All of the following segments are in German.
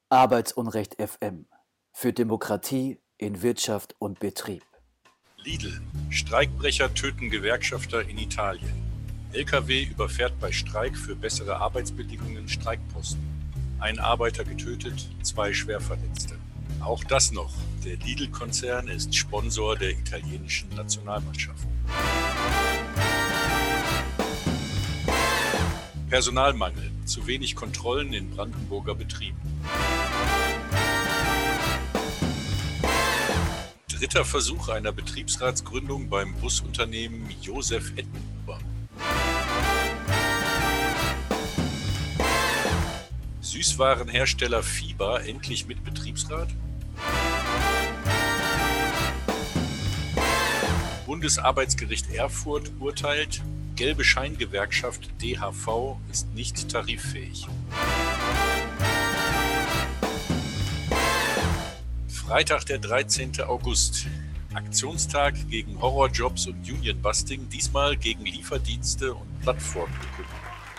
Arbeitsunrecht FM für Demokratie in Wirtschaft und Betrieb. Lidl. Streikbrecher töten Gewerkschafter in Italien. LKW überfährt bei Streik für bessere Arbeitsbedingungen Streikposten. Ein Arbeiter getötet, 2 Schwerverletzte. Auch das noch. Der Lidl-Konzern ist Sponsor der italienischen Nationalmannschaft. Personalmangel. Zu wenig Kontrollen in Brandenburger Betrieben. Dritter Versuch einer Betriebsratsgründung beim Busunternehmen Josef Ettenhuber. Süßwarenhersteller Fieber endlich mit Betriebsrat? Bundesarbeitsgericht Erfurt urteilt, gelbe Scheingewerkschaft DHV ist nicht tariffähig. Freitag, der 13. August. Aktionstag gegen Horrorjobs und Unionbusting, diesmal gegen Lieferdienste und Plattformökonomie.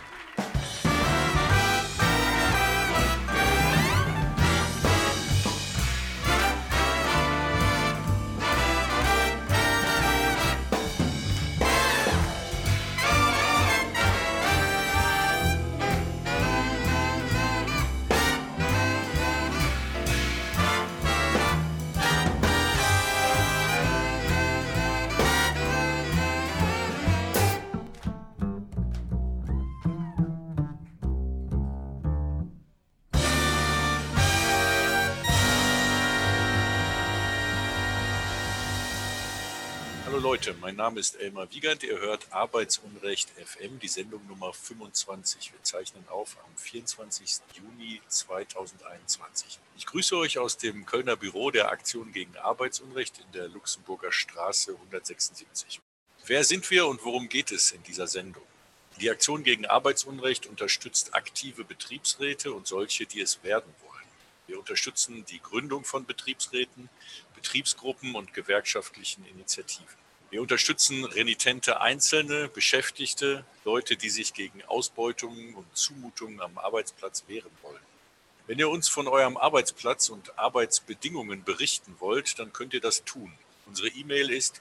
Hallo Leute, mein Name ist Elmar Wiegand, ihr hört Arbeitsunrecht FM, die Sendung Nummer 25. Wir zeichnen auf am 24. Juni 2021. Ich grüße euch aus dem Kölner Büro der Aktion gegen Arbeitsunrecht in der Luxemburger Straße 176. Wer sind wir und worum geht es in dieser Sendung? Die Aktion gegen Arbeitsunrecht unterstützt aktive Betriebsräte und solche, die es werden wollen. Wir unterstützen die Gründung von Betriebsräten, Betriebsgruppen und gewerkschaftlichen Initiativen. Wir unterstützen renitente Einzelne, Beschäftigte, Leute, die sich gegen Ausbeutungen und Zumutungen am Arbeitsplatz wehren wollen. Wenn ihr uns von eurem Arbeitsplatz und Arbeitsbedingungen berichten wollt, dann könnt ihr das tun. Unsere E-Mail ist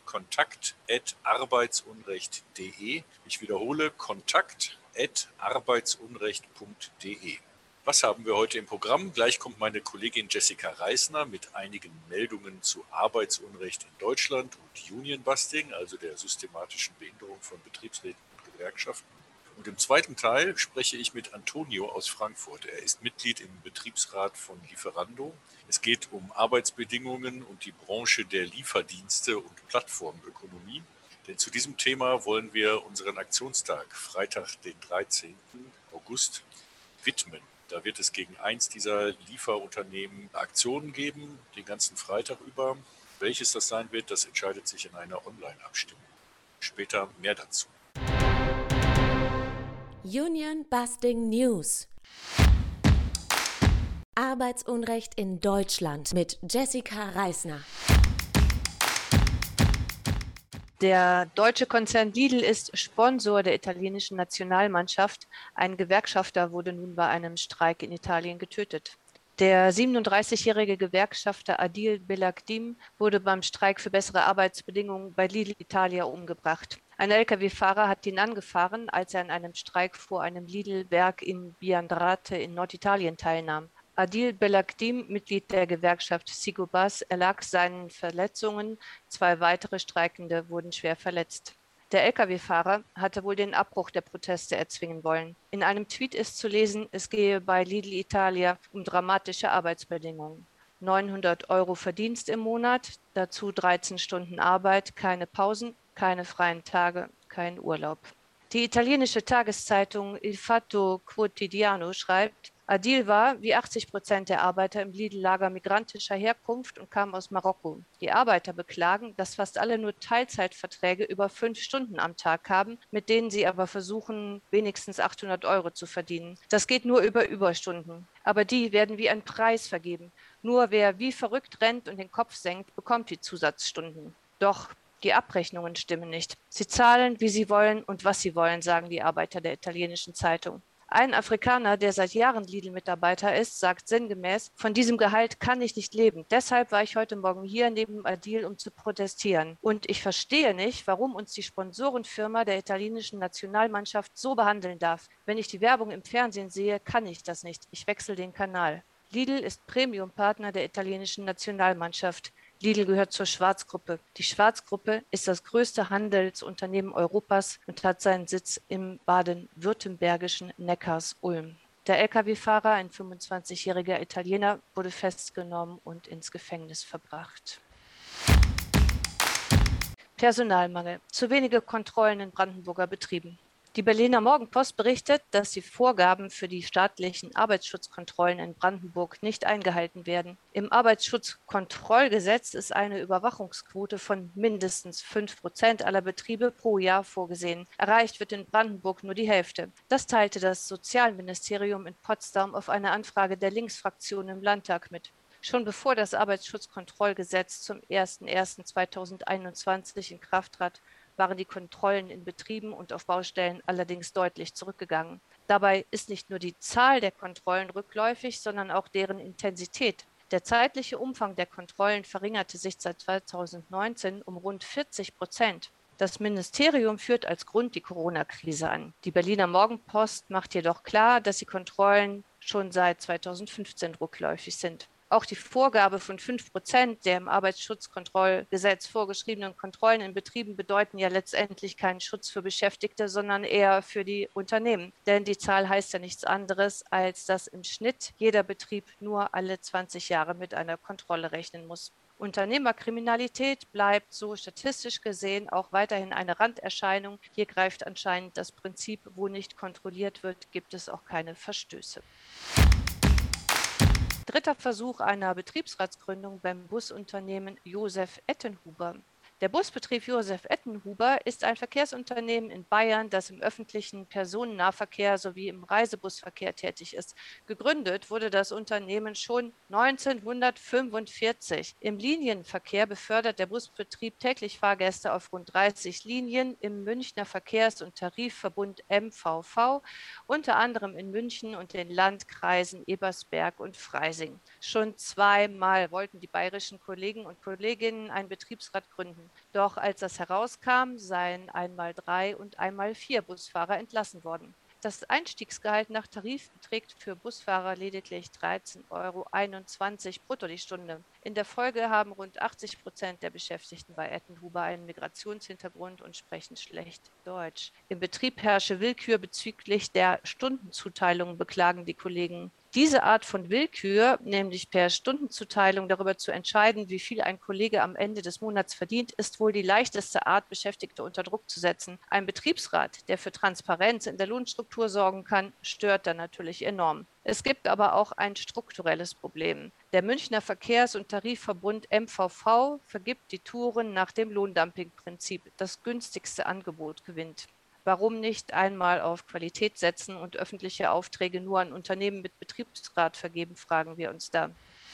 kontakt@arbeitsunrecht.de. Ich wiederhole, kontakt@arbeitsunrecht.de. Was haben wir heute im Programm? Gleich kommt meine Kollegin Jessica Reisner mit einigen Meldungen zu Arbeitsunrecht in Deutschland und Unionbusting, also der systematischen Behinderung von Betriebsräten und Gewerkschaften. Und im zweiten Teil spreche ich mit Antonio aus Frankfurt. Er ist Mitglied im Betriebsrat von Lieferando. Es geht um Arbeitsbedingungen und die Branche der Lieferdienste und Plattformökonomie. Denn zu diesem Thema wollen wir unseren Aktionstag, Freitag, den 13. August, widmen. Da wird es gegen eins dieser Lieferunternehmen Aktionen geben, den ganzen Freitag über. Welches das sein wird, das entscheidet sich in einer Online-Abstimmung. Später mehr dazu. Union Busting News. Arbeitsunrecht in Deutschland mit Jessica Reisner. Der deutsche Konzern Lidl ist Sponsor der italienischen Nationalmannschaft. Ein Gewerkschafter wurde nun bei einem Streik in Italien getötet. Der 37-jährige Gewerkschafter Adil Belagdim wurde beim Streik für bessere Arbeitsbedingungen bei Lidl Italia umgebracht. Ein Lkw-Fahrer hat ihn angefahren, als er an einem Streik vor einem Lidl-Werk in Biandrate in Norditalien teilnahm. Adil Belagdim, Mitglied der Gewerkschaft Sigobas, erlag seinen Verletzungen. 2 weitere Streikende wurden schwer verletzt. Der Lkw-Fahrer hatte wohl den Abbruch der Proteste erzwingen wollen. In einem Tweet ist zu lesen, es gehe bei Lidl Italia um dramatische Arbeitsbedingungen. 900 € Verdienst im Monat, dazu 13 Stunden Arbeit, keine Pausen, keine freien Tage, kein Urlaub. Die italienische Tageszeitung Il Fatto Quotidiano schreibt, Adil war, wie 80% der Arbeiter im Lidl-Lager, migrantischer Herkunft und kam aus Marokko. Die Arbeiter beklagen, dass fast alle nur Teilzeitverträge über 5 Stunden am Tag haben, mit denen sie aber versuchen, wenigstens 800 € zu verdienen. Das geht nur über Überstunden. Aber die werden wie ein Preis vergeben. Nur wer wie verrückt rennt und den Kopf senkt, bekommt die Zusatzstunden. Doch die Abrechnungen stimmen nicht. Sie zahlen, wie sie wollen und was sie wollen, sagen die Arbeiter der italienischen Zeitung. Ein Afrikaner, der seit Jahren Lidl-Mitarbeiter ist, sagt sinngemäß: Von diesem Gehalt kann ich nicht leben. Deshalb war ich heute Morgen hier neben Adil, um zu protestieren. Und ich verstehe nicht, warum uns die Sponsorenfirma der italienischen Nationalmannschaft so behandeln darf. Wenn ich die Werbung im Fernsehen sehe, kann ich das nicht. Ich wechsle den Kanal. Lidl ist Premium-Partner der italienischen Nationalmannschaft. Lidl gehört zur Schwarz-Gruppe. Die Schwarz-Gruppe ist das größte Handelsunternehmen Europas und hat seinen Sitz im baden-württembergischen Neckars-Ulm. Der Lkw-Fahrer, ein 25-jähriger Italiener, wurde festgenommen und ins Gefängnis verbracht. Personalmangel. Zu wenige Kontrollen in Brandenburger Betrieben. Die Berliner Morgenpost berichtet, dass die Vorgaben für die staatlichen Arbeitsschutzkontrollen in Brandenburg nicht eingehalten werden. Im Arbeitsschutzkontrollgesetz ist eine Überwachungsquote von mindestens 5% aller Betriebe pro Jahr vorgesehen. Erreicht wird in Brandenburg nur die Hälfte. Das teilte das Sozialministerium in Potsdam auf eine Anfrage der Linksfraktion im Landtag mit. Schon bevor das Arbeitsschutzkontrollgesetz zum 01.01.2021 in Kraft trat, waren die Kontrollen in Betrieben und auf Baustellen allerdings deutlich zurückgegangen. Dabei ist nicht nur die Zahl der Kontrollen rückläufig, sondern auch deren Intensität. Der zeitliche Umfang der Kontrollen verringerte sich seit 2019 um rund 40%. Das Ministerium führt als Grund die Corona-Krise an. Die Berliner Morgenpost macht jedoch klar, dass die Kontrollen schon seit 2015 rückläufig sind. Auch die Vorgabe von 5% der im Arbeitsschutzkontrollgesetz vorgeschriebenen Kontrollen in Betrieben bedeuten ja letztendlich keinen Schutz für Beschäftigte, sondern eher für die Unternehmen. Denn die Zahl heißt ja nichts anderes, als dass im Schnitt jeder Betrieb nur alle 20 Jahre mit einer Kontrolle rechnen muss. Unternehmerkriminalität bleibt so statistisch gesehen auch weiterhin eine Randerscheinung. Hier greift anscheinend das Prinzip: Wo nicht kontrolliert wird, gibt es auch keine Verstöße. Dritter Versuch einer Betriebsratsgründung beim Busunternehmen Josef Ettenhuber. Der Busbetrieb Josef Ettenhuber ist ein Verkehrsunternehmen in Bayern, das im öffentlichen Personennahverkehr sowie im Reisebusverkehr tätig ist. Gegründet wurde das Unternehmen schon 1945. Im Linienverkehr befördert der Busbetrieb täglich Fahrgäste auf rund 30 Linien im Münchner Verkehrs- und Tarifverbund MVV, unter anderem in München und den Landkreisen Ebersberg und Freising. Schon zweimal wollten die bayerischen Kollegen und Kolleginnen einen Betriebsrat gründen. Doch als das herauskam, seien einmal 3 und einmal 4 Busfahrer entlassen worden. Das Einstiegsgehalt nach Tarif beträgt für Busfahrer lediglich 13,21 € brutto die Stunde. In der Folge haben rund 80% der Beschäftigten bei Ettenhuber einen Migrationshintergrund und sprechen schlecht Deutsch. Im Betrieb herrsche Willkür bezüglich der Stundenzuteilung, beklagen die Kollegen. Diese Art von Willkür, nämlich per Stundenzuteilung darüber zu entscheiden, wie viel ein Kollege am Ende des Monats verdient, ist wohl die leichteste Art, Beschäftigte unter Druck zu setzen. Ein Betriebsrat, der für Transparenz in der Lohnstruktur sorgen kann, stört dann natürlich enorm. Es gibt aber auch ein strukturelles Problem. Der Münchner Verkehrs- und Tarifverbund MVV vergibt die Touren nach dem Lohndumpingprinzip. Das günstigste Angebot gewinnt. Warum nicht einmal auf Qualität setzen und öffentliche Aufträge nur an Unternehmen mit Betriebsrat vergeben, fragen wir uns da.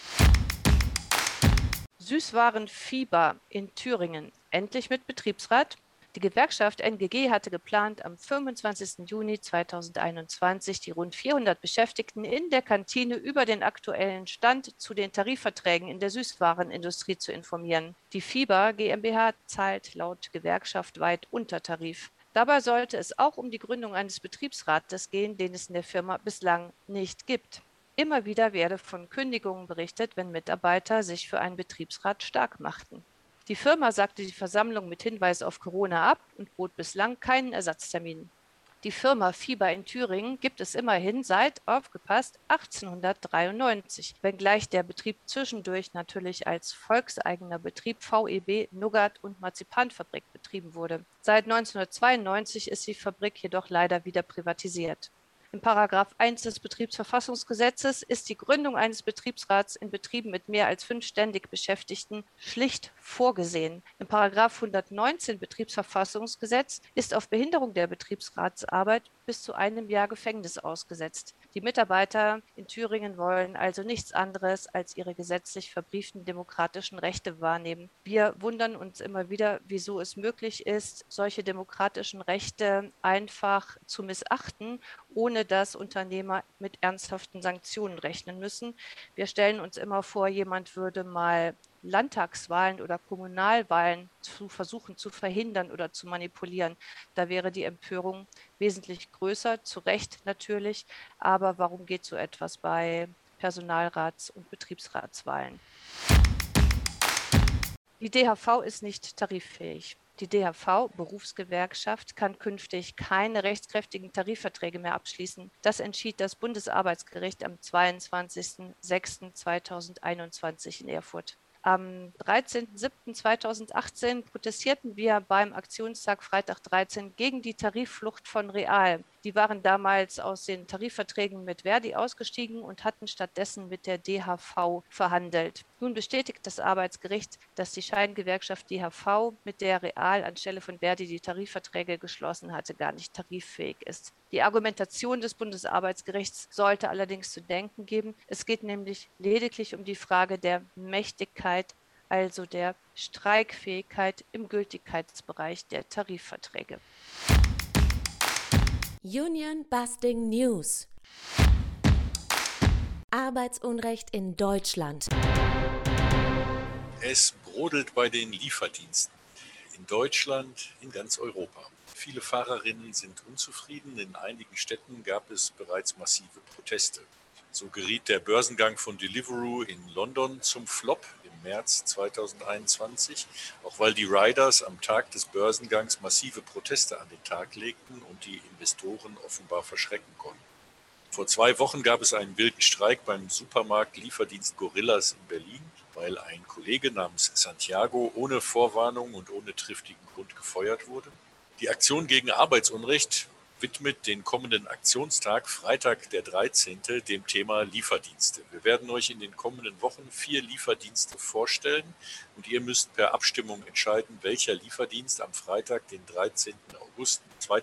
Süßwarenfieber in Thüringen, endlich mit Betriebsrat? Die Gewerkschaft NGG hatte geplant, am 25. Juni 2021 die rund 400 Beschäftigten in der Kantine über den aktuellen Stand zu den Tarifverträgen in der Süßwarenindustrie zu informieren. Die Fieber GmbH zahlt laut Gewerkschaft weit unter Tarif. Dabei sollte es auch um die Gründung eines Betriebsrates gehen, den es in der Firma bislang nicht gibt. Immer wieder werde von Kündigungen berichtet, wenn Mitarbeiter sich für einen Betriebsrat stark machten. Die Firma sagte die Versammlung mit Hinweis auf Corona ab und bot bislang keinen Ersatztermin. Die Firma Fieber in Thüringen gibt es immerhin seit, aufgepasst, 1893, wenngleich der Betrieb zwischendurch natürlich als volkseigener Betrieb VEB Nougat- und Marzipanfabrik betrieben wurde. Seit 1992 ist die Fabrik jedoch leider wieder privatisiert. In § 1 des Betriebsverfassungsgesetzes ist die Gründung eines Betriebsrats in Betrieben mit mehr als 5 ständig Beschäftigten schlicht vorgesehen. Im Paragraph 119 Betriebsverfassungsgesetz ist auf Behinderung der Betriebsratsarbeit bis zu einem Jahr Gefängnis ausgesetzt. Die Mitarbeiter in Thüringen wollen also nichts anderes als ihre gesetzlich verbrieften demokratischen Rechte wahrnehmen. Wir wundern uns immer wieder, wieso es möglich ist, solche demokratischen Rechte einfach zu missachten, ohne dass Unternehmer mit ernsthaften Sanktionen rechnen müssen. Wir stellen uns immer vor, jemand würde mal Landtagswahlen oder Kommunalwahlen zu versuchen zu verhindern oder zu manipulieren. Da wäre die Empörung wesentlich größer, zu Recht natürlich. Aber warum geht so etwas bei Personalrats- und Betriebsratswahlen? Die DHV ist nicht tariffähig. Die DHV, Berufsgewerkschaft, kann künftig keine rechtskräftigen Tarifverträge mehr abschließen. Das entschied das Bundesarbeitsgericht am 22.06.2021 in Erfurt. Am 13.07.2018 protestierten wir beim Aktionstag Freitag 13 gegen die Tarifflucht von Real. Die waren damals aus den Tarifverträgen mit Verdi ausgestiegen und hatten stattdessen mit der DHV verhandelt. Nun bestätigt das Arbeitsgericht, dass die Scheingewerkschaft DHV, mit der Real anstelle von Verdi die Tarifverträge geschlossen hatte, gar nicht tariffähig ist. Die Argumentation des Bundesarbeitsgerichts sollte allerdings zu denken geben. Es geht nämlich lediglich um die Frage der Mächtigkeit, also der Streikfähigkeit im Gültigkeitsbereich der Tarifverträge. Union Busting News. Arbeitsunrecht in Deutschland. Es brodelt bei den Lieferdiensten. In Deutschland, in ganz Europa. Viele Fahrerinnen sind unzufrieden. In einigen Städten gab es bereits massive Proteste. So geriet der Börsengang von Deliveroo in London zum Flop im März 2021, auch weil die Riders am Tag des Börsengangs massive Proteste an den Tag legten und die Investoren offenbar verschrecken konnten. Vor 2 Wochen gab es einen wilden Streik beim Supermarkt-Lieferdienst Gorillas in Berlin, weil ein Kollege namens Santiago ohne Vorwarnung und ohne triftigen Grund gefeuert wurde. Die Aktion gegen Arbeitsunrecht widmet den kommenden Aktionstag, Freitag der 13., dem Thema Lieferdienste. Wir werden euch in den kommenden Wochen 4 Lieferdienste vorstellen und ihr müsst per Abstimmung entscheiden, welcher Lieferdienst am Freitag, den 13. August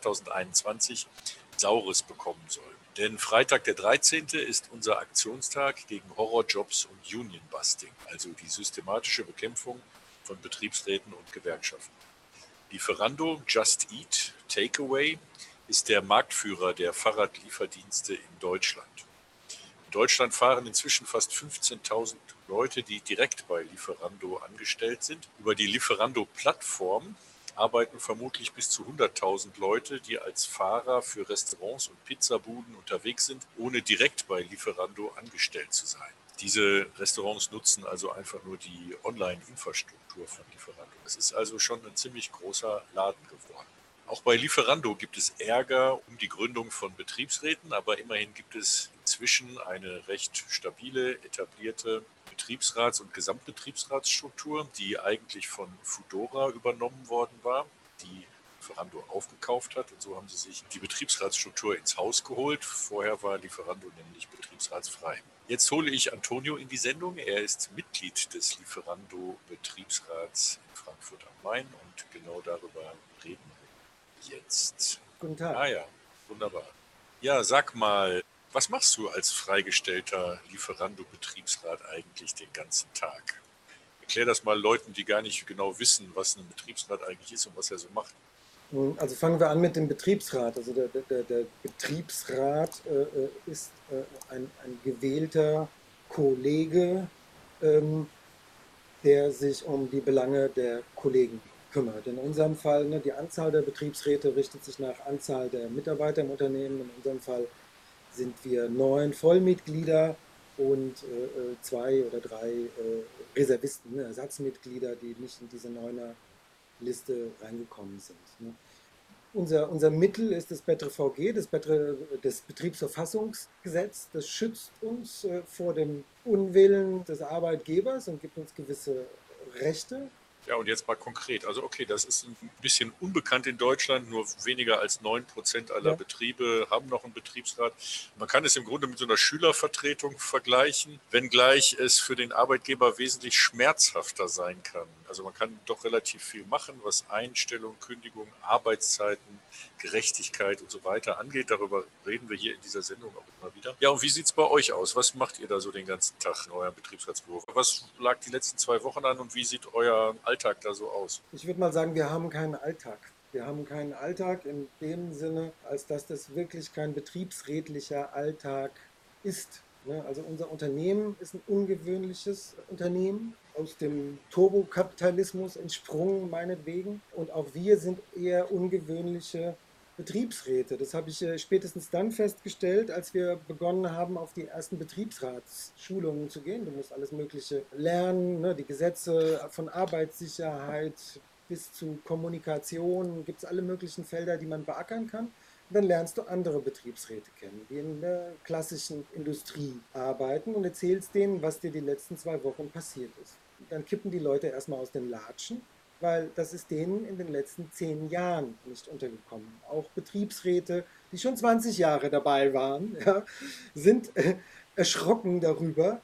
2021, Saures bekommen soll. Denn Freitag der 13. ist unser Aktionstag gegen Horrorjobs und Unionbusting, also die systematische Bekämpfung von Betriebsräten und Gewerkschaften. Lieferando Just Eat Takeaway ist der Marktführer der Fahrradlieferdienste in Deutschland. In Deutschland fahren inzwischen fast 15.000 Leute, die direkt bei Lieferando angestellt sind. Über die Lieferando-Plattform arbeiten vermutlich bis zu 100.000 Leute, die als Fahrer für Restaurants und Pizzabuden unterwegs sind, ohne direkt bei Lieferando angestellt zu sein. Diese Restaurants nutzen also einfach nur die Online-Infrastruktur von Lieferando. Es ist also schon ein ziemlich großer Laden geworden. Auch bei Lieferando gibt es Ärger um die Gründung von Betriebsräten, aber immerhin gibt es inzwischen eine recht stabile, etablierte Betriebsrats- und Gesamtbetriebsratsstruktur, die eigentlich von Foodora übernommen worden war, die Lieferando aufgekauft hat. Und so haben sie sich die Betriebsratsstruktur ins Haus geholt. Vorher war Lieferando nämlich betriebsratsfrei. Jetzt hole ich Antonio in die Sendung. Er ist Mitglied des Lieferando-Betriebsrats in Frankfurt am Main und genau darüber reden wir jetzt. Guten Tag. Ah ja, wunderbar. Ja, sag mal, was machst du als freigestellter Lieferando-Betriebsrat eigentlich den ganzen Tag? Erklär das mal Leuten, die gar nicht genau wissen, was ein Betriebsrat eigentlich ist und was er so macht. Also fangen wir an mit dem Betriebsrat. Also der Betriebsrat ist ein gewählter Kollege, der sich um die Belange der Kollegen kümmert. In unserem Fall, die Anzahl der Betriebsräte richtet sich nach Anzahl der Mitarbeiter im Unternehmen. In unserem Fall sind wir 9 Vollmitglieder und 2 oder 3 Reservisten, Ersatzmitglieder, die nicht in diese 9er-Liste reingekommen sind. Unser Mittel ist das BETRE-VG, das Betriebsverfassungsgesetz. Das schützt uns vor dem Unwillen des Arbeitgebers und gibt uns gewisse Rechte. Ja, und jetzt mal konkret. Also okay, das ist ein bisschen unbekannt in Deutschland. Nur weniger als 9% aller Betriebe haben noch einen Betriebsrat. Man kann es im Grunde mit so einer Schülervertretung vergleichen, wenngleich es für den Arbeitgeber wesentlich schmerzhafter sein kann, Also man kann doch relativ viel machen, was Einstellung, Kündigung, Arbeitszeiten, Gerechtigkeit und so weiter angeht. Darüber reden wir hier in dieser Sendung auch immer wieder. Ja, und wie sieht es bei euch aus? Was macht ihr da so den ganzen Tag in eurem Betriebsratsbüro? Was lag die letzten 2 Wochen an und wie sieht euer Alltag da so aus? Ich würde mal sagen, wir haben keinen Alltag. Wir haben keinen Alltag in dem Sinne, als dass das wirklich kein betriebsrätlicher Alltag ist. Also unser Unternehmen ist ein ungewöhnliches Unternehmen, aus dem Turbokapitalismus entsprungen meinetwegen. Und auch wir sind eher ungewöhnliche Betriebsräte. Das habe ich spätestens dann festgestellt, als wir begonnen haben, auf die ersten Betriebsratsschulungen zu gehen. Du musst alles Mögliche lernen, ne? Die Gesetze von Arbeitssicherheit bis zu Kommunikation, gibt es alle möglichen Felder, die man beackern kann. Und dann lernst du andere Betriebsräte kennen, die in der klassischen Industrie arbeiten und erzählst denen, was dir die letzten 2 Wochen passiert ist. Und dann kippen die Leute erstmal aus den Latschen, weil das ist denen in den letzten 10 Jahren nicht untergekommen. Auch Betriebsräte, die schon 20 Jahre dabei waren, ja, sind erschrocken darüber,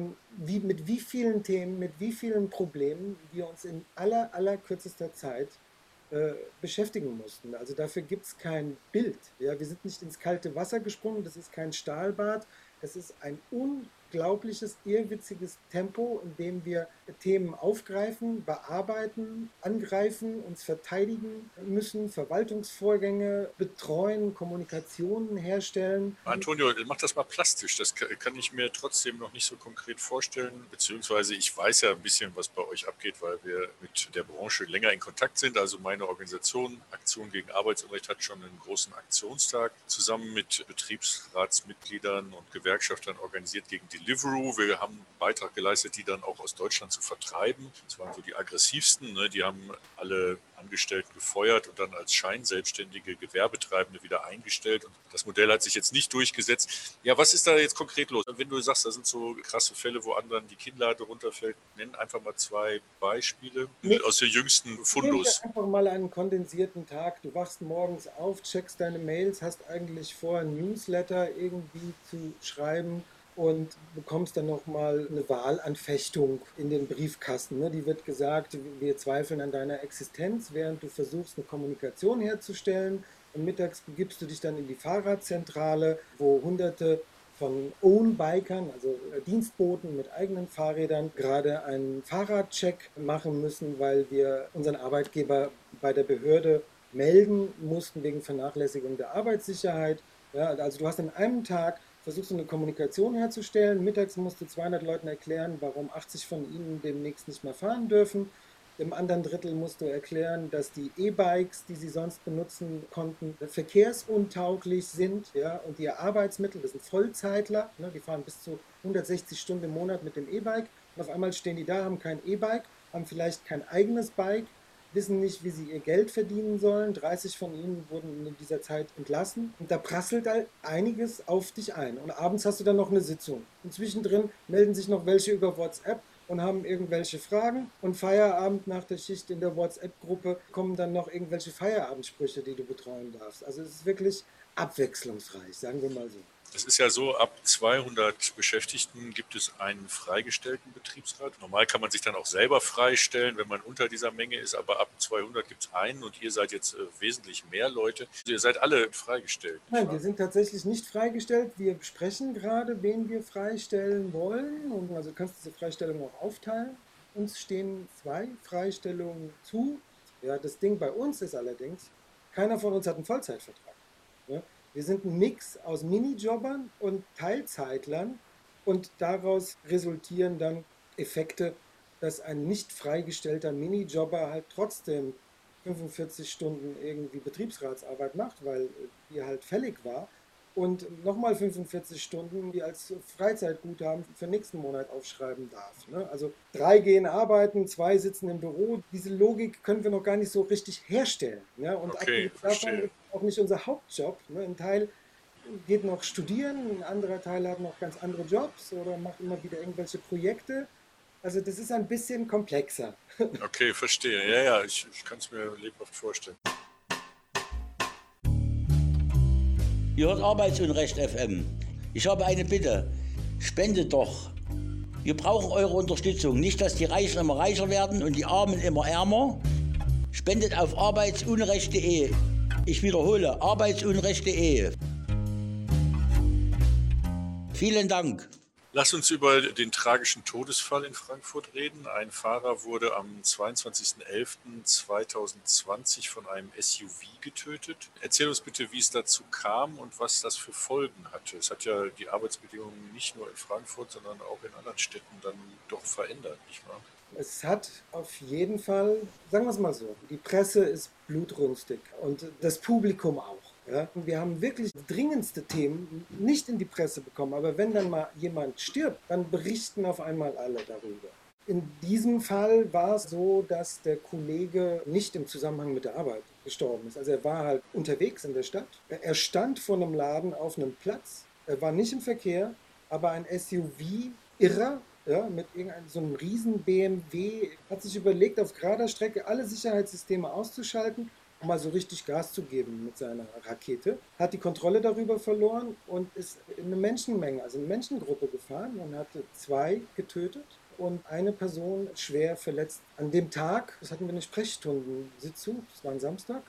mit wie vielen Themen, mit wie vielen Problemen wir uns in aller kürzester Zeit beschäftigen mussten. Also dafür gibt es kein Bild. Ja? Wir sind nicht ins kalte Wasser gesprungen, das ist kein Stahlbad, das ist ein unglaubliches, irrwitziges Tempo, in dem wir Themen aufgreifen, bearbeiten, angreifen, uns verteidigen müssen, Verwaltungsvorgänge betreuen, Kommunikationen herstellen. Antonio, mach das mal plastisch. Das kann ich mir trotzdem noch nicht so konkret vorstellen, beziehungsweise ich weiß ja ein bisschen, was bei euch abgeht, weil wir mit der Branche länger in Kontakt sind. Also meine Organisation Aktion gegen Arbeitsunrecht hat schon einen großen Aktionstag zusammen mit Betriebsratsmitgliedern und Gewerkschaftern organisiert gegen Deliveroo. Wir haben einen Beitrag geleistet, die dann auch aus Deutschland zu vertreiben. Das waren so die aggressivsten. Ne? Die haben alle Angestellten gefeuert und dann als scheinselbstständige Gewerbetreibende wieder eingestellt. Und das Modell hat sich jetzt nicht durchgesetzt. Ja, was ist da jetzt konkret los? Wenn du sagst, da sind so krasse Fälle, wo anderen die Kinnlade runterfällt, nenn einfach mal 2 Beispiele aus der jüngsten Fundus. Einfach mal einen kondensierten Tag. Du wachst morgens auf, checkst deine Mails, hast eigentlich vor, ein Newsletter irgendwie zu schreiben und bekommst dann nochmal eine Wahlanfechtung in den Briefkasten. Ne? Die wird gesagt, wir zweifeln an deiner Existenz, während du versuchst, eine Kommunikation herzustellen. Und mittags begibst du dich dann in die Fahrradzentrale, wo Hunderte von Own-Bikern, also Dienstboten mit eigenen Fahrrädern, gerade einen Fahrradcheck machen müssen, weil wir unseren Arbeitgeber bei der Behörde melden mussten wegen Vernachlässigung der Arbeitssicherheit. Ja, also du hast an einem Tag versuchst du eine Kommunikation herzustellen. Mittags musst du 200 Leuten erklären, warum 80 von ihnen demnächst nicht mehr fahren dürfen. Im anderen Drittel musst du erklären, dass die E-Bikes, die sie sonst benutzen konnten, verkehrsuntauglich sind. Ja? Und ihr Arbeitsmittel, das sind Vollzeitler, ne? Die fahren bis zu 160 Stunden im Monat mit dem E-Bike. Und auf einmal stehen die da, haben kein E-Bike, haben vielleicht kein eigenes Bike, wissen nicht, wie sie ihr Geld verdienen sollen. 30 von ihnen wurden in dieser Zeit entlassen. Und da prasselt halt einiges auf dich ein. Und abends hast du dann noch eine Sitzung. Und zwischendrin melden sich noch welche über WhatsApp und haben irgendwelche Fragen. Und Feierabend nach der Schicht in der WhatsApp-Gruppe kommen dann noch irgendwelche Feierabendsprüche, die du betreuen darfst. Also es ist wirklich abwechslungsreich, sagen wir mal so. Es ist ja so, ab 200 Beschäftigten gibt es einen freigestellten Betriebsrat. Normal kann man sich dann auch selber freistellen, wenn man unter dieser Menge ist, aber ab 200 gibt es einen und ihr seid jetzt wesentlich mehr Leute. Also ihr seid alle freigestellt. Nein, wir sind tatsächlich nicht freigestellt. Wir besprechen gerade, wen wir freistellen wollen. Und also du kannst diese Freistellung auch aufteilen. Uns stehen 2 Freistellungen zu. Ja, das Ding bei uns ist allerdings, keiner von uns hat einen Vollzeitvertrag. Ja? Wir sind ein Mix aus Minijobbern und Teilzeitlern und daraus resultieren dann Effekte, dass ein nicht freigestellter Minijobber halt trotzdem 45 Stunden irgendwie Betriebsratsarbeit macht, weil die halt fällig war und nochmal 45 Stunden, die als Freizeitguthaben für nächsten Monat aufschreiben darf. Ne? Also 3 gehen arbeiten, 2 sitzen im Büro. Diese Logik können wir noch gar nicht so richtig herstellen. Ne? Und okay, davon ist auch nicht unser Hauptjob. Ne? Ein Teil geht noch studieren, ein anderer Teil hat noch ganz andere Jobs oder macht immer wieder irgendwelche Projekte. Also das ist ein bisschen komplexer. Okay, verstehe. Ja, ich kann es mir lebhaft vorstellen. Ihr hört Arbeitsunrecht FM. Ich habe eine Bitte. Spendet doch Wir brauchen eure Unterstützung. Nicht, dass die Reichen immer reicher werden und die Armen immer ärmer. Spendet auf arbeitsunrecht.de. Ich wiederhole, arbeitsunrecht.de. Vielen Dank. Lass uns über den tragischen Todesfall in Frankfurt reden. Ein Fahrer wurde am 22.11.2020 von einem SUV getötet. Erzähl uns bitte, wie es dazu kam und was das für Folgen hatte. Es hat ja die Arbeitsbedingungen nicht nur in Frankfurt, sondern auch in anderen Städten dann doch verändert, nicht wahr? Es hat auf jeden Fall, sagen wir es mal so, die Presse ist blutrünstig und das Publikum auch. Ja? Wir haben wirklich dringendste Themen nicht in die Presse bekommen, aber wenn dann mal jemand stirbt, dann berichten auf einmal alle darüber. In diesem Fall war es so, dass der Kollege nicht im Zusammenhang mit der Arbeit gestorben ist. Also er war halt unterwegs in der Stadt. Er stand vor einem Laden auf einem Platz. Er war nicht im Verkehr, aber ein SUV-Irrer, ja, mit irgendeinem so einem riesen BMW, hat sich überlegt, auf gerader Strecke alle Sicherheitssysteme auszuschalten, um mal so richtig Gas zu geben mit seiner Rakete, hat die Kontrolle darüber verloren und ist in eine Menschenmenge, also eine Menschengruppe gefahren und hatte 2 getötet und eine Person schwer verletzt. An dem Tag, das hatten wir eine Sprechstundensitzung, das war ein Samstag,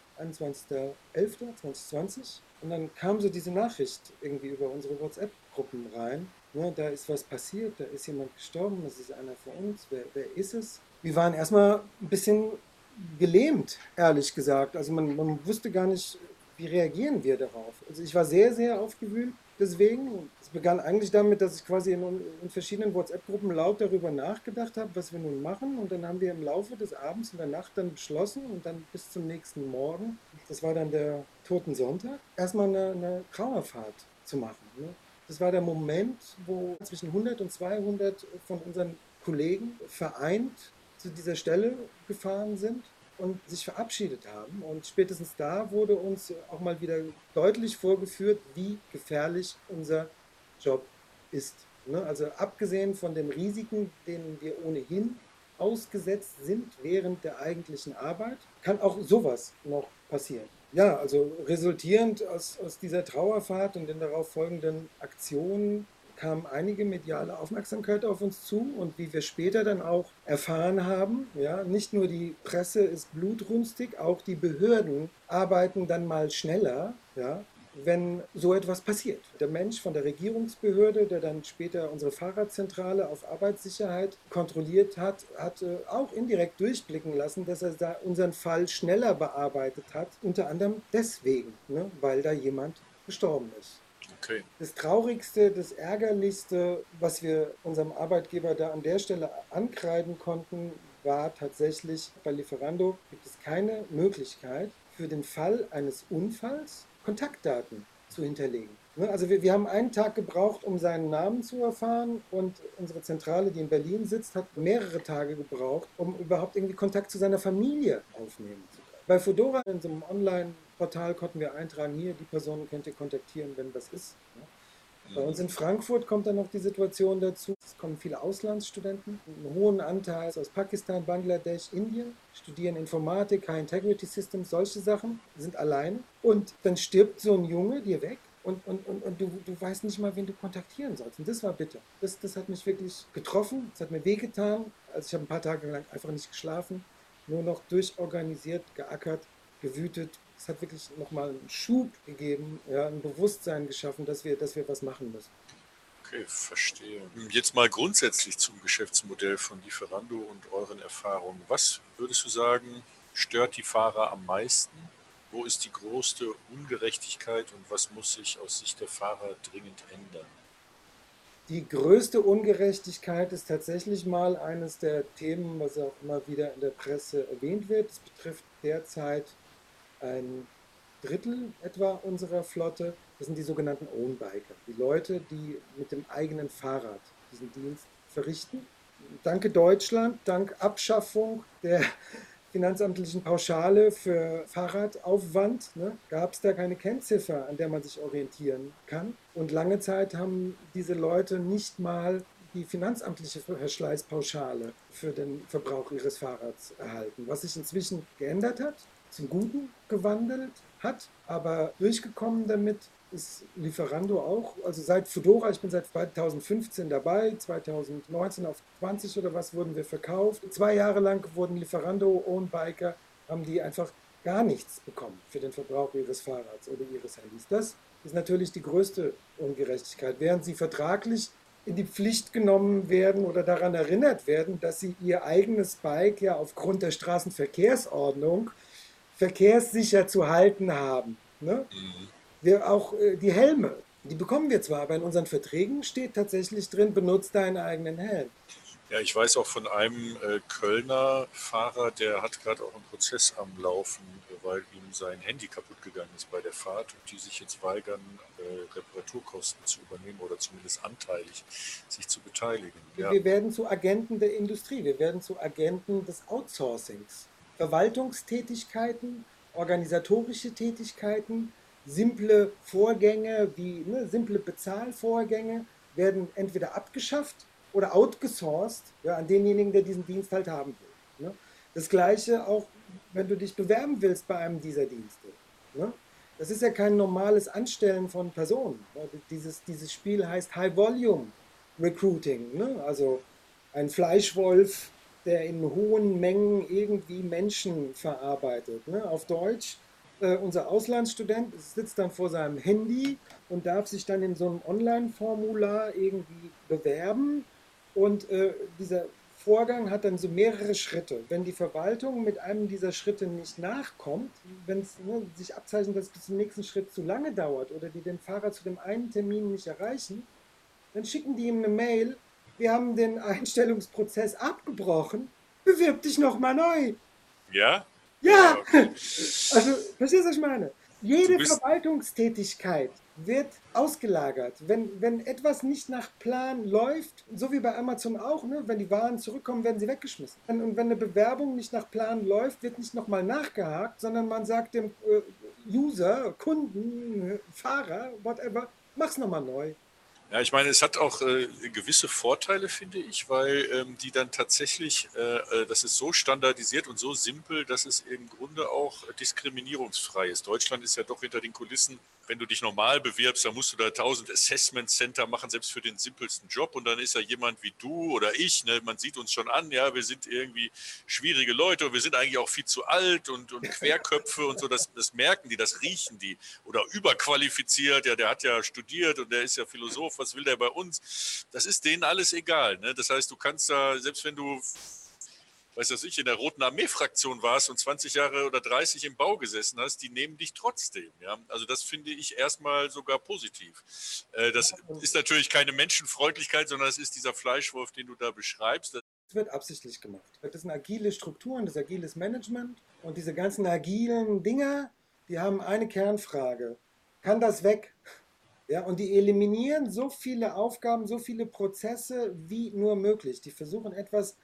21.11.2020, und dann kam so diese Nachricht irgendwie über unsere WhatsApp-Gruppen rein. Ne, da ist was passiert, da ist jemand gestorben, das ist einer von uns, wer ist es? Wir waren erstmal ein bisschen gelähmt, ehrlich gesagt. Also man wusste gar nicht, wie reagieren wir darauf. Also ich war sehr, sehr aufgewühlt deswegen. Es begann eigentlich damit, dass ich quasi in verschiedenen WhatsApp-Gruppen laut darüber nachgedacht habe, was wir nun machen. Und dann haben wir im Laufe des Abends und der Nacht dann beschlossen und dann bis zum nächsten Morgen, das war dann der Totensonntag, erstmal eine Trauerfahrt zu machen. Ne? Das war der Moment, wo zwischen 100 und 200 von unseren Kollegen vereint zu dieser Stelle gefahren sind und sich verabschiedet haben. Und spätestens da wurde uns auch mal wieder deutlich vorgeführt, wie gefährlich unser Job ist. Ne? Also abgesehen von den Risiken, denen wir ohnehin ausgesetzt sind während der eigentlichen Arbeit, kann auch sowas noch passieren. Ja, also resultierend aus dieser Trauerfahrt und den darauf folgenden Aktionen kam einige mediale Aufmerksamkeit auf uns zu und wie wir später dann auch erfahren haben, ja, nicht nur die Presse ist blutrünstig, auch die Behörden arbeiten dann mal schneller, ja, wenn so etwas passiert. Der Mensch von der Regierungsbehörde, der dann später unsere Fahrradzentrale auf Arbeitssicherheit kontrolliert hat, hat auch indirekt durchblicken lassen, dass er da unseren Fall schneller bearbeitet hat, unter anderem deswegen, ne, weil da jemand gestorben ist. Okay. Das Traurigste, das Ärgerlichste, was wir unserem Arbeitgeber da an der Stelle ankreiden konnten, war tatsächlich, bei Lieferando gibt es keine Möglichkeit, für den Fall eines Unfalls Kontaktdaten zu hinterlegen. Also wir haben einen Tag gebraucht, um seinen Namen zu erfahren und unsere Zentrale, die in Berlin sitzt, hat mehrere Tage gebraucht, um überhaupt irgendwie Kontakt zu seiner Familie aufnehmen zu können. Bei Foodora, in so einem Online-Portal, konnten wir eintragen, hier, die Person könnt ihr kontaktieren, wenn was ist. Bei uns in Frankfurt kommt dann noch die Situation dazu, es kommen viele Auslandsstudenten, einen hohen Anteil aus Pakistan, Bangladesch, Indien, studieren Informatik, High Integrity Systems, solche Sachen, sind alleine. Und dann stirbt so ein Junge dir weg und du weißt nicht mal, wen du kontaktieren sollst. Und das war bitter. Das hat mich wirklich getroffen, das hat mir wehgetan. Also ich habe ein paar Tage lang einfach nicht geschlafen, nur noch durchorganisiert, geackert, gewütet. Es hat wirklich nochmal einen Schub gegeben, ja, ein Bewusstsein geschaffen, dass wir was machen müssen. Okay, verstehe. Jetzt mal grundsätzlich zum Geschäftsmodell von Lieferando und euren Erfahrungen. Was würdest du sagen, stört die Fahrer am meisten? Wo ist die größte Ungerechtigkeit und was muss sich aus Sicht der Fahrer dringend ändern? Die größte Ungerechtigkeit ist tatsächlich mal eines der Themen, was auch immer wieder in der Presse erwähnt wird. Es betrifft derzeit ein Drittel etwa unserer Flotte. Das sind die sogenannten Ownbiker, die Leute, die mit dem eigenen Fahrrad diesen Dienst verrichten. Danke Deutschland, dank Abschaffung der finanzamtlichen Pauschale für Fahrradaufwand, gab es da keine Kennziffer, an der man sich orientieren kann. Und lange Zeit haben diese Leute nicht mal die finanzamtliche Verschleißpauschale für den Verbrauch ihres Fahrrads erhalten, was sich inzwischen geändert hat, zum Guten gewandelt hat, aber durchgekommen damit ist Lieferando auch, also seit Foodora, ich bin seit 2015 dabei, 2019 auf 20 oder was wurden wir verkauft. 2 Jahre lang wurden Lieferando Ownbiker, haben die einfach gar nichts bekommen für den Verbrauch ihres Fahrrads oder ihres Handys. Das ist natürlich die größte Ungerechtigkeit, während sie vertraglich in die Pflicht genommen werden oder daran erinnert werden, dass sie ihr eigenes Bike ja aufgrund der Straßenverkehrsordnung verkehrssicher zu halten haben. Ne? Wir auch die Helme, die bekommen wir zwar, aber in unseren Verträgen steht tatsächlich drin, benutzt deinen eigenen Helm. Ja, ich weiß auch von einem Kölner Fahrer, der hat gerade auch einen Prozess am Laufen, weil ihm sein Handy kaputt gegangen ist bei der Fahrt und die sich jetzt weigern, Reparaturkosten zu übernehmen oder zumindest anteilig sich zu beteiligen. Ja. Wir werden zu Agenten der Industrie, wir werden zu Agenten des Outsourcings. Verwaltungstätigkeiten, organisatorische Tätigkeiten, simple Vorgänge wie simple Bezahlvorgänge werden entweder abgeschafft oder outgesourced, ja, an denjenigen, der diesen Dienst halt haben will. Ne? Das Gleiche auch, wenn du dich bewerben willst bei einem dieser Dienste. Ne? Das ist ja kein normales Anstellen von Personen. Ne? Dieses Spiel heißt High Volume Recruiting. Ne? Also ein Fleischwolf, der in hohen Mengen irgendwie Menschen verarbeitet. Ne? Auf Deutsch, unser Auslandsstudent sitzt dann vor seinem Handy und darf sich dann in so einem Online-Formular irgendwie bewerben. Und dieser Vorgang hat dann so mehrere Schritte. Wenn die Verwaltung mit einem dieser Schritte nicht nachkommt, wenn es sich abzeichnet, dass es bis zum nächsten Schritt zu lange dauert oder die den Fahrer zu dem einen Termin nicht erreichen, dann schicken die ihm eine Mail, wir haben den Einstellungsprozess abgebrochen, bewirb dich nochmal neu. Ja? Ja, okay. Also, verstehst du, was ich meine? Jede Verwaltungstätigkeit wird ausgelagert. Wenn etwas nicht nach Plan läuft, so wie bei Amazon auch, ne, wenn die Waren zurückkommen, werden sie weggeschmissen. Und wenn eine Bewerbung nicht nach Plan läuft, wird nicht nochmal nachgehakt, sondern man sagt dem User, Kunden, Fahrer, whatever, mach's nochmal neu. Ja, ich meine, es hat auch gewisse Vorteile, finde ich, weil die dann tatsächlich, das ist so standardisiert und so simpel, dass es im Grunde auch diskriminierungsfrei ist. Deutschland ist ja doch hinter den Kulissen, wenn du dich normal bewirbst, dann musst du da 1000 Assessment Center machen, selbst für den simpelsten Job. Und dann ist ja jemand wie du oder ich, ne, man sieht uns schon an, ja, wir sind irgendwie schwierige Leute und wir sind eigentlich auch viel zu alt und Querköpfe und so, das merken die, das riechen die. Oder überqualifiziert, ja, der hat ja studiert und der ist ja Philosoph, was will der bei uns? Das ist denen alles egal. Ne? Das heißt, du kannst da, selbst wenn du, weiß das ich, in der Roten Armee-Fraktion warst und 20 Jahre oder 30 im Bau gesessen hast, die nehmen dich trotzdem. Ja? Also das finde ich erstmal sogar positiv. Das ist natürlich keine Menschenfreundlichkeit, sondern es ist dieser Fleischwolf, den du da beschreibst. Das wird absichtlich gemacht. Das sind agile Strukturen, das ist agiles Management und diese ganzen agilen Dinger, die haben eine Kernfrage. Kann das weg? Ja, und die eliminieren so viele Aufgaben, so viele Prozesse wie nur möglich. Die versuchen etwas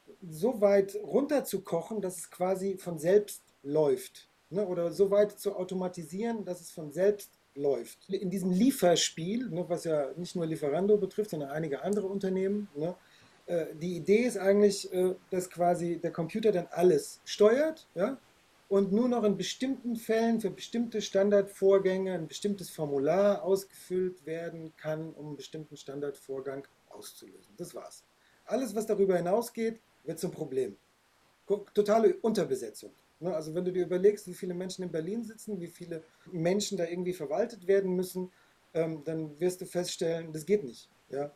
so weit runterzukochen, dass es quasi von selbst läuft. Ne? Oder so weit zu automatisieren, dass es von selbst läuft. In diesem Lieferspiel, ne, was ja nicht nur Lieferando betrifft, sondern einige andere Unternehmen, ne, die Idee ist eigentlich, dass quasi der Computer dann alles steuert, ja, und nur noch in bestimmten Fällen für bestimmte Standardvorgänge ein bestimmtes Formular ausgefüllt werden kann, um einen bestimmten Standardvorgang auszulösen. Das war's. Alles, was darüber hinausgeht, wird zum Problem. Totale Unterbesetzung. Also wenn du dir überlegst, wie viele Menschen in Berlin sitzen, wie viele Menschen da irgendwie verwaltet werden müssen, dann wirst du feststellen, das geht nicht. Ja?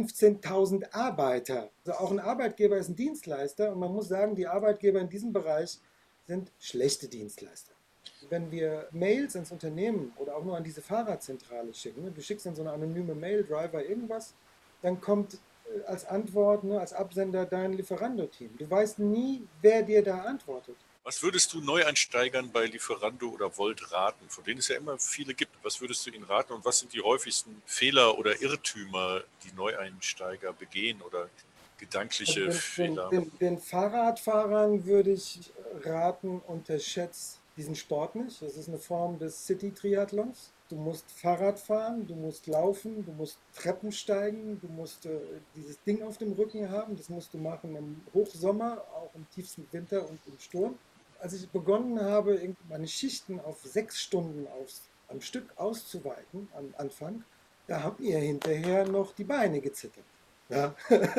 15.000 Arbeiter. Also auch ein Arbeitgeber ist ein Dienstleister und man muss sagen, die Arbeitgeber in diesem Bereich sind schlechte Dienstleister. Wenn wir Mails ans Unternehmen oder auch nur an diese Fahrradzentrale schicken, ne, du schickst dann so eine anonyme Mail, Driver, irgendwas, dann kommt als Antwort, ne, als Absender dein Lieferando-Team. Du weißt nie, wer dir da antwortet. Was würdest du Neueinsteigern bei Lieferando oder Volt raten, von denen es ja immer viele gibt? Was würdest du ihnen raten und was sind die häufigsten Fehler oder Irrtümer, die Neueinsteiger begehen oder gedankliche Fehler? Den Fahrradfahrern würde ich raten, unterschätzt diesen Sport nicht. Das ist eine Form des City-Triathlons. Du musst Fahrrad fahren, du musst laufen, du musst Treppen steigen, du musst dieses Ding auf dem Rücken haben. Das musst du machen im Hochsommer, auch im tiefsten Winter und im Sturm. Als ich begonnen habe, meine Schichten auf 6 Stunden am Stück auszuweiten am Anfang, da haben mir hinterher noch die Beine gezittert. Ja.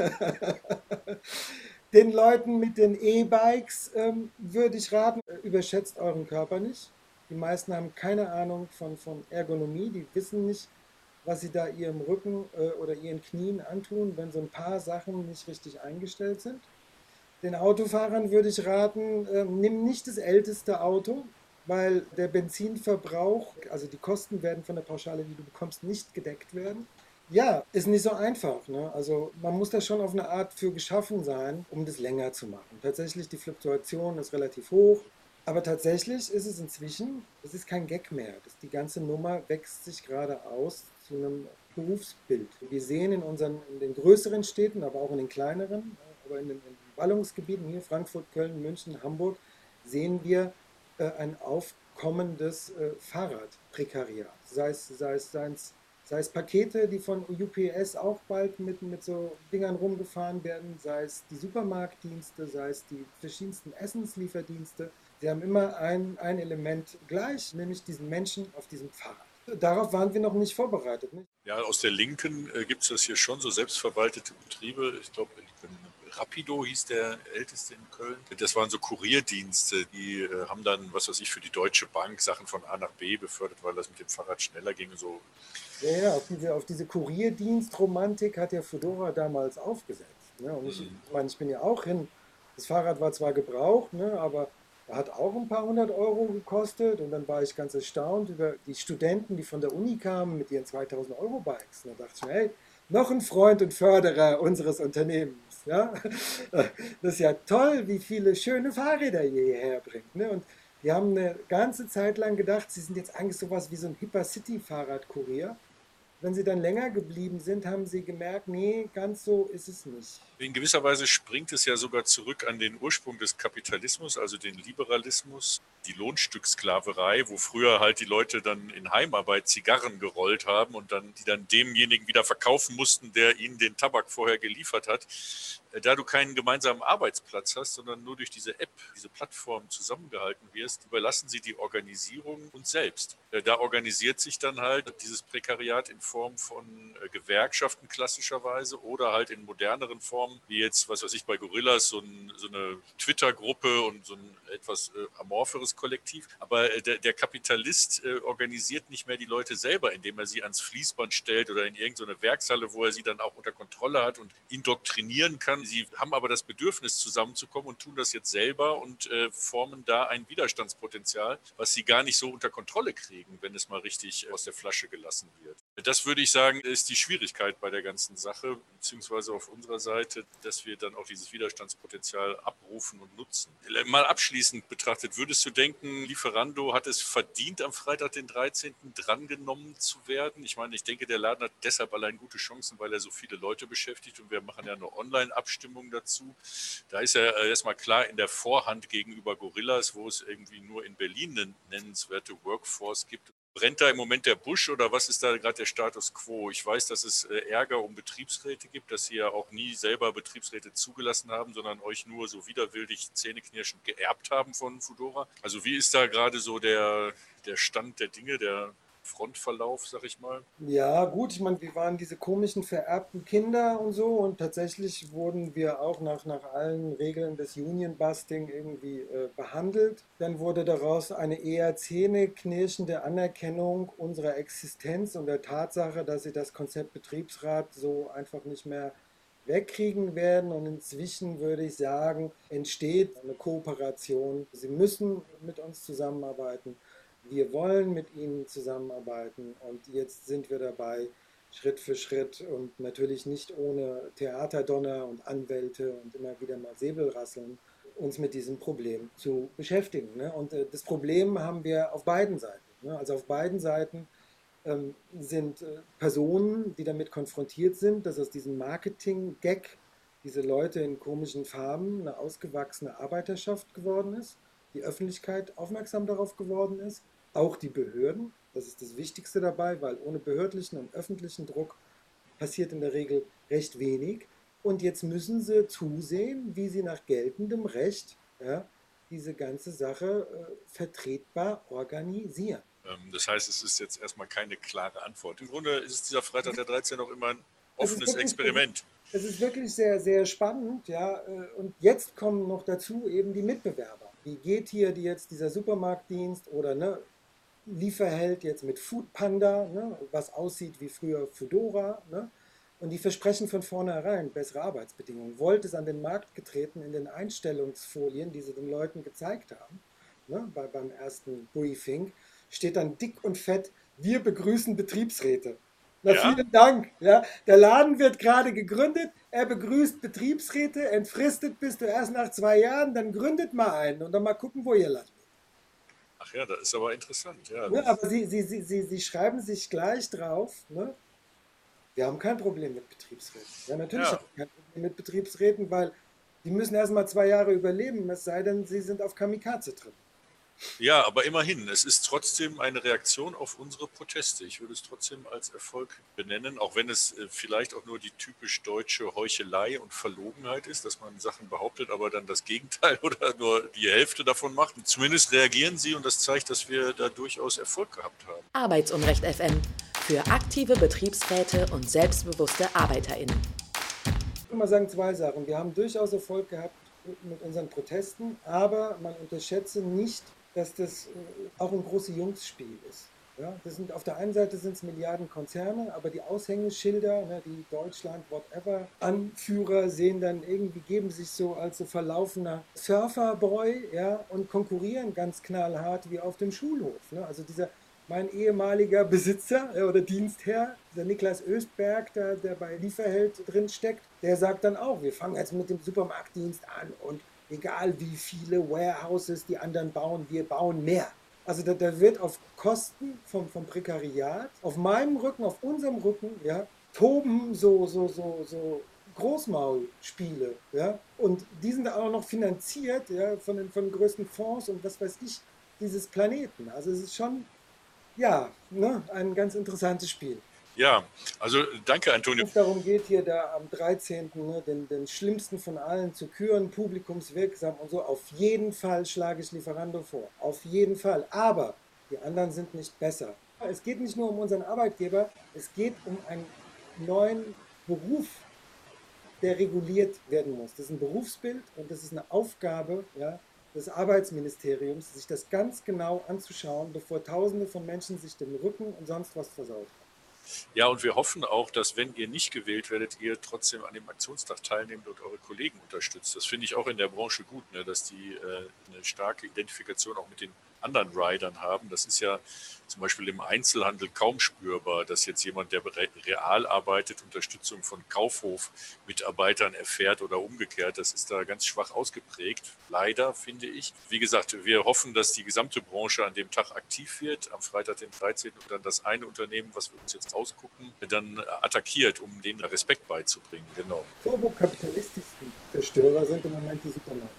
Den Leuten mit den E-Bikes würde ich raten, überschätzt euren Körper nicht. Die meisten haben keine Ahnung von Ergonomie, die wissen nicht, was sie da ihrem Rücken oder ihren Knien antun, wenn so ein paar Sachen nicht richtig eingestellt sind. Den Autofahrern würde ich raten, nimm nicht das älteste Auto, weil der Benzinverbrauch, also die Kosten werden von der Pauschale, die du bekommst, nicht gedeckt werden. Ja, ist nicht so einfach. Ne? Also man muss da schon auf eine Art für geschaffen sein, um das länger zu machen. Tatsächlich, die Fluktuation ist relativ hoch, aber tatsächlich ist es inzwischen, es ist kein Gag mehr. Die ganze Nummer wächst sich gerade aus zu einem Berufsbild. Wir sehen in den größeren Städten, aber auch in den kleineren, aber in den Ballungsgebieten hier, Frankfurt, Köln, München, Hamburg, sehen wir ein aufkommendes Fahrradprekariat. Sei es Pakete, die von UPS auch bald mit so Dingern rumgefahren werden, sei es die Supermarktdienste, sei es die verschiedensten Essenslieferdienste. Sie haben immer ein Element gleich, nämlich diesen Menschen auf diesem Fahrrad. Darauf waren wir noch nicht vorbereitet. Nicht? Ja, aus der Linken gibt es das hier schon, so selbstverwaltete Betriebe. Ich glaube, Rapido hieß der älteste in Köln. Das waren so Kurierdienste, die haben dann, was weiß ich, für die Deutsche Bank Sachen von A nach B befördert, weil das mit dem Fahrrad schneller ging. So. Ja, auf diese Kurierdienstromantik hat ja Foodora damals aufgesetzt. Ne? Und ich meine, ich bin ja auch hin. Das Fahrrad war zwar gebraucht, ne, aber hat auch ein paar 100 € gekostet. Und dann war ich ganz erstaunt über die Studenten, die von der Uni kamen mit ihren 2000-Euro-Bikes. Da dachte ich mir, hey, noch ein Freund und Förderer unseres Unternehmens. Ja? Das ist ja toll, wie viele schöne Fahrräder ihr hierher bringt. Ne? Und die haben eine ganze Zeit lang gedacht, sie sind jetzt eigentlich sowas wie so ein hipper City-Fahrradkurier. Wenn sie dann länger geblieben sind, haben sie gemerkt, nee, ganz so ist es nicht. In gewisser Weise springt es ja sogar zurück an den Ursprung des Kapitalismus, also den Liberalismus, die Lohnstücksklaverei, wo früher halt die Leute dann in Heimarbeit Zigarren gerollt haben und die dann demjenigen wieder verkaufen mussten, der ihnen den Tabak vorher geliefert hat. Da du keinen gemeinsamen Arbeitsplatz hast, sondern nur durch diese App, diese Plattform zusammengehalten wirst, überlassen sie die Organisierung uns selbst. Da organisiert sich dann halt dieses Prekariat in Form von Gewerkschaften klassischerweise oder halt in moderneren Formen, wie jetzt, was weiß ich, bei Gorillas, so eine Twitter-Gruppe und so ein etwas amorpheres Kollektiv. Aber der Kapitalist organisiert nicht mehr die Leute selber, indem er sie ans Fließband stellt oder in irgendeine Werkshalle, wo er sie dann auch unter Kontrolle hat und indoktrinieren kann. Sie haben aber das Bedürfnis, zusammenzukommen und tun das jetzt selber und formen da ein Widerstandspotenzial, was sie gar nicht so unter Kontrolle kriegen, wenn es mal richtig aus der Flasche gelassen wird. Das würde ich sagen, ist die Schwierigkeit bei der ganzen Sache, beziehungsweise auf unserer Seite, dass wir dann auch dieses Widerstandspotenzial abrufen und nutzen. Mal abschließend betrachtet, würdest du denken, Lieferando hat es verdient, am Freitag, den 13. drangenommen zu werden? Ich meine, ich denke, der Laden hat deshalb allein gute Chancen, weil er so viele Leute beschäftigt und wir machen ja eine Online-Abstimmung dazu. Da ist er erstmal klar in der Vorhand gegenüber Gorillas, wo es irgendwie nur in Berlin eine nennenswerte Workforce gibt. Brennt da im Moment der Busch oder was ist da gerade der Status quo? Ich weiß, dass es Ärger um Betriebsräte gibt, dass Sie ja auch nie selber Betriebsräte zugelassen haben, sondern euch nur so widerwillig zähneknirschend geerbt haben von Foodora. Also wie ist da gerade so der Stand der Dinge, der Frontverlauf, sag ich mal? Ja, gut, ich meine, wir waren diese komischen vererbten Kinder und so und tatsächlich wurden wir auch nach allen Regeln des Union-Busting irgendwie behandelt. Dann wurde daraus eine eher zähneknirschende Anerkennung unserer Existenz und der Tatsache, dass sie das Konzept Betriebsrat so einfach nicht mehr wegkriegen werden und inzwischen würde ich sagen, entsteht eine Kooperation. Sie müssen mit uns zusammenarbeiten. Wir wollen mit ihnen zusammenarbeiten und jetzt sind wir dabei, Schritt für Schritt und natürlich nicht ohne Theaterdonner und Anwälte und immer wieder mal Säbelrasseln, uns mit diesem Problem zu beschäftigen. Ne? Und das Problem haben wir auf beiden Seiten. Ne? Also auf beiden Seiten sind Personen, die damit konfrontiert sind, dass aus diesem Marketing-Gag diese Leute in komischen Farben eine ausgewachsene Arbeiterschaft geworden ist, die Öffentlichkeit aufmerksam darauf geworden ist, auch die Behörden. Das ist das Wichtigste dabei, weil ohne behördlichen und öffentlichen Druck passiert in der Regel recht wenig. Und jetzt müssen sie zusehen, wie sie nach geltendem Recht diese ganze Sache vertretbar organisieren. Das heißt, es ist jetzt erstmal keine klare Antwort. Im Grunde ist dieser Freitag der 13. auch immer ein offenes Experiment. Es ist wirklich sehr, sehr spannend, ja. Und jetzt kommen noch dazu eben die Mitbewerber. Wie geht hier dieser Supermarktdienst oder ne, Lieferheld jetzt mit Foodpanda, ne, was aussieht wie früher Foodora, ne? Und die versprechen von vornherein bessere Arbeitsbedingungen. Volt ist an den Markt getreten in den Einstellungsfolien, die sie den Leuten gezeigt haben, ne, beim ersten Briefing, steht dann dick und fett: Wir begrüßen Betriebsräte. Na, Ja? vielen Dank. Ja. Der Laden wird gerade gegründet, er begrüßt Betriebsräte, entfristet bist du erst nach 2 Jahren, dann gründet mal einen und dann mal gucken, wo ihr landet. Ach ja, das ist aber interessant. Ja, Ne, aber sie schreiben sich gleich drauf, ne? Wir haben kein Problem mit Betriebsräten. Ja, natürlich Ja. haben wir kein Problem mit Betriebsräten, weil die müssen erstmal 2 Jahre überleben, es sei denn, sie sind auf Kamikaze drin. Ja, aber immerhin, es ist trotzdem eine Reaktion auf unsere Proteste. Ich würde es trotzdem als Erfolg benennen, auch wenn es vielleicht auch nur die typisch deutsche Heuchelei und Verlogenheit ist, dass man Sachen behauptet, aber dann das Gegenteil oder nur die Hälfte davon macht. Zumindest reagieren sie und das zeigt, dass wir da durchaus Erfolg gehabt haben. Arbeitsunrecht FM für aktive Betriebsräte und selbstbewusste ArbeiterInnen. Ich würde mal sagen 2 Sachen. Wir haben durchaus Erfolg gehabt mit unseren Protesten, aber man unterschätze nicht, dass das auch ein großes Jungsspiel ist. Ja, das sind, auf der einen Seite sind es Milliardenkonzerne, aber die Aushängeschilder, ne, die Deutschland, whatever, Anführer sehen dann irgendwie, geben sich so als so verlaufener Surferboy, ja, und konkurrieren ganz knallhart wie auf dem Schulhof. Ne? Also mein ehemaliger Besitzer oder Dienstherr, der Niklas Östberg, der bei Lieferheld drin steckt, der sagt dann auch, wir fangen jetzt mit dem Supermarktdienst an und egal wie viele Warehouses die anderen bauen, wir bauen mehr. Also da wird auf Kosten vom Prekariat, auf meinem Rücken, auf unserem Rücken, ja, toben so Großmaulspiele. Ja, und die sind auch noch finanziert, ja, von den größten Fonds und was weiß ich, dieses Planeten. Also es ist schon, ja, ne, ein ganz interessantes Spiel. Ja, also danke, Antonio. Wenn es darum geht, hier da am 13. Ne, den schlimmsten von allen zu küren, publikumswirksam und so, auf jeden Fall schlage ich Lieferando vor. Auf jeden Fall. Aber die anderen sind nicht besser. Es geht nicht nur um unseren Arbeitgeber, es geht um einen neuen Beruf, der reguliert werden muss. Das ist ein Berufsbild und das ist eine Aufgabe, ja, des Arbeitsministeriums, sich das ganz genau anzuschauen, bevor Tausende von Menschen sich den Rücken und sonst was versaut haben. Ja, und wir hoffen auch, dass, wenn ihr nicht gewählt werdet, ihr trotzdem an dem Aktionstag teilnehmt und eure Kollegen unterstützt. Das finde ich auch in der Branche gut, ne, dass die eine starke Identifikation auch mit den anderen Riders haben. Das ist ja zum Beispiel im Einzelhandel kaum spürbar, dass jetzt jemand, der real arbeitet, Unterstützung von Kaufhof-Mitarbeitern erfährt oder umgekehrt. Das ist da ganz schwach ausgeprägt, leider, finde ich. Wie gesagt, wir hoffen, dass die gesamte Branche an dem Tag aktiv wird, am Freitag, den 13. und dann das eine Unternehmen, was wir uns jetzt ausgucken, dann attackiert, um denen Respekt beizubringen. Genau. Turbokapitalistischsten Zerstörer sind im Moment die Supermärkte.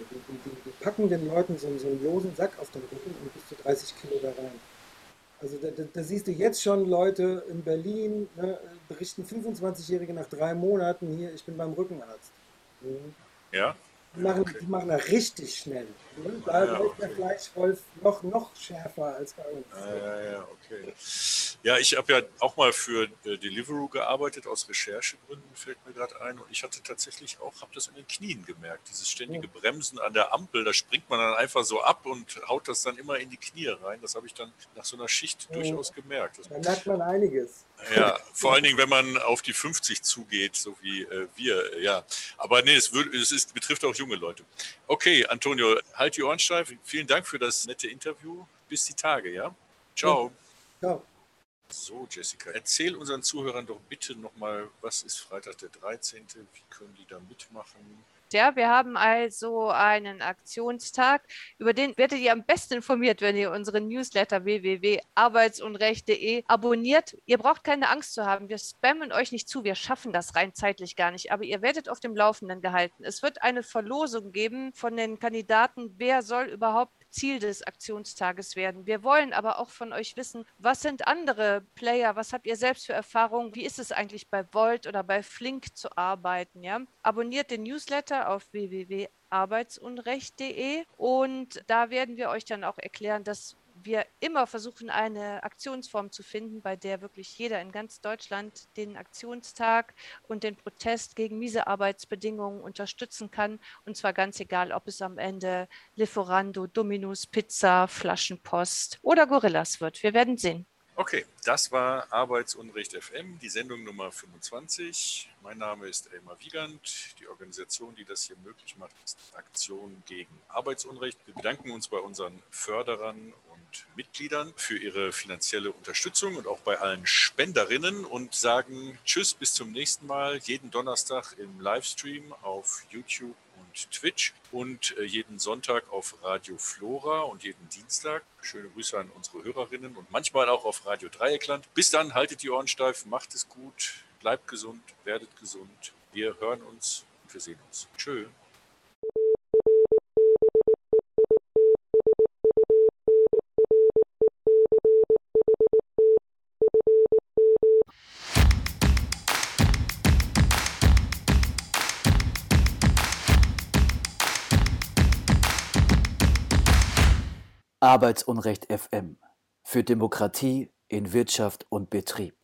Die packen den Leuten so einen losen Sack auf den Rücken und bis zu 30 Kilo da rein. Also da siehst du jetzt schon Leute in Berlin, ne, berichten 25-Jährige nach 3 Monaten hier, ich bin beim Rückenarzt. Mhm. Ja? Die machen da richtig schnell. Ne? Da ist der Fleischwolf noch schärfer als bei uns. Ja, okay. Ja, ich habe ja auch mal für Deliveroo gearbeitet, aus Recherchegründen fällt mir gerade ein. Und ich hatte tatsächlich auch, habe das in den Knien gemerkt, dieses ständige Bremsen an der Ampel, da springt man dann einfach so ab und haut das dann immer in die Knie rein. Das habe ich dann nach so einer Schicht durchaus gemerkt. Da merkt man einiges. Ja, vor allen Dingen, wenn man auf die 50 zugeht, so wie wir, ja. Aber nee, es betrifft auch junge Leute. Okay, Antonio, halt die Ohren steif. Vielen Dank für das nette Interview. Bis die Tage, ja? Ciao. Ciao. So, Jessica, erzähl unseren Zuhörern doch bitte nochmal, was ist Freitag der 13.? Wie können die da mitmachen? Ja, wir haben also einen Aktionstag, über den werdet ihr am besten informiert, wenn ihr unseren Newsletter www.arbeitsunrecht.de abonniert. Ihr braucht keine Angst zu haben, wir spammen euch nicht zu, wir schaffen das rein zeitlich gar nicht, aber ihr werdet auf dem Laufenden gehalten. Es wird eine Verlosung geben von den Kandidaten, wer soll überhaupt Ziel des Aktionstages werden. Wir wollen aber auch von euch wissen, was sind andere Player, was habt ihr selbst für Erfahrungen, wie ist es eigentlich bei Volt oder bei Flink zu arbeiten, ja? Abonniert den Newsletter auf www.arbeitsunrecht.de und da werden wir euch dann auch erklären, dass wir immer versuchen, eine Aktionsform zu finden, bei der wirklich jeder in ganz Deutschland den Aktionstag und den Protest gegen miese Arbeitsbedingungen unterstützen kann. Und zwar ganz egal, ob es am Ende Lieferando, Domino's Pizza, Flaschenpost oder Gorillas wird. Wir werden sehen. Okay, das war Arbeitsunrecht FM, die Sendung Nummer 25. Mein Name ist Elmar Wiegand. Die Organisation, die das hier möglich macht, ist Aktion gegen Arbeitsunrecht. Wir bedanken uns bei unseren Förderern und Mitgliedern für ihre finanzielle Unterstützung und auch bei allen Spenderinnen und sagen Tschüss, bis zum nächsten Mal. Jeden Donnerstag im Livestream auf YouTube und Twitch und jeden Sonntag auf Radio Flora und jeden Dienstag. Schöne Grüße an unsere Hörerinnen und manchmal auch auf Radio Dreieckland. Bis dann, haltet die Ohren steif, macht es gut, bleibt gesund, werdet gesund. Wir hören uns und wir sehen uns. Tschö. Arbeitsunrecht FM für Demokratie in Wirtschaft und Betrieb.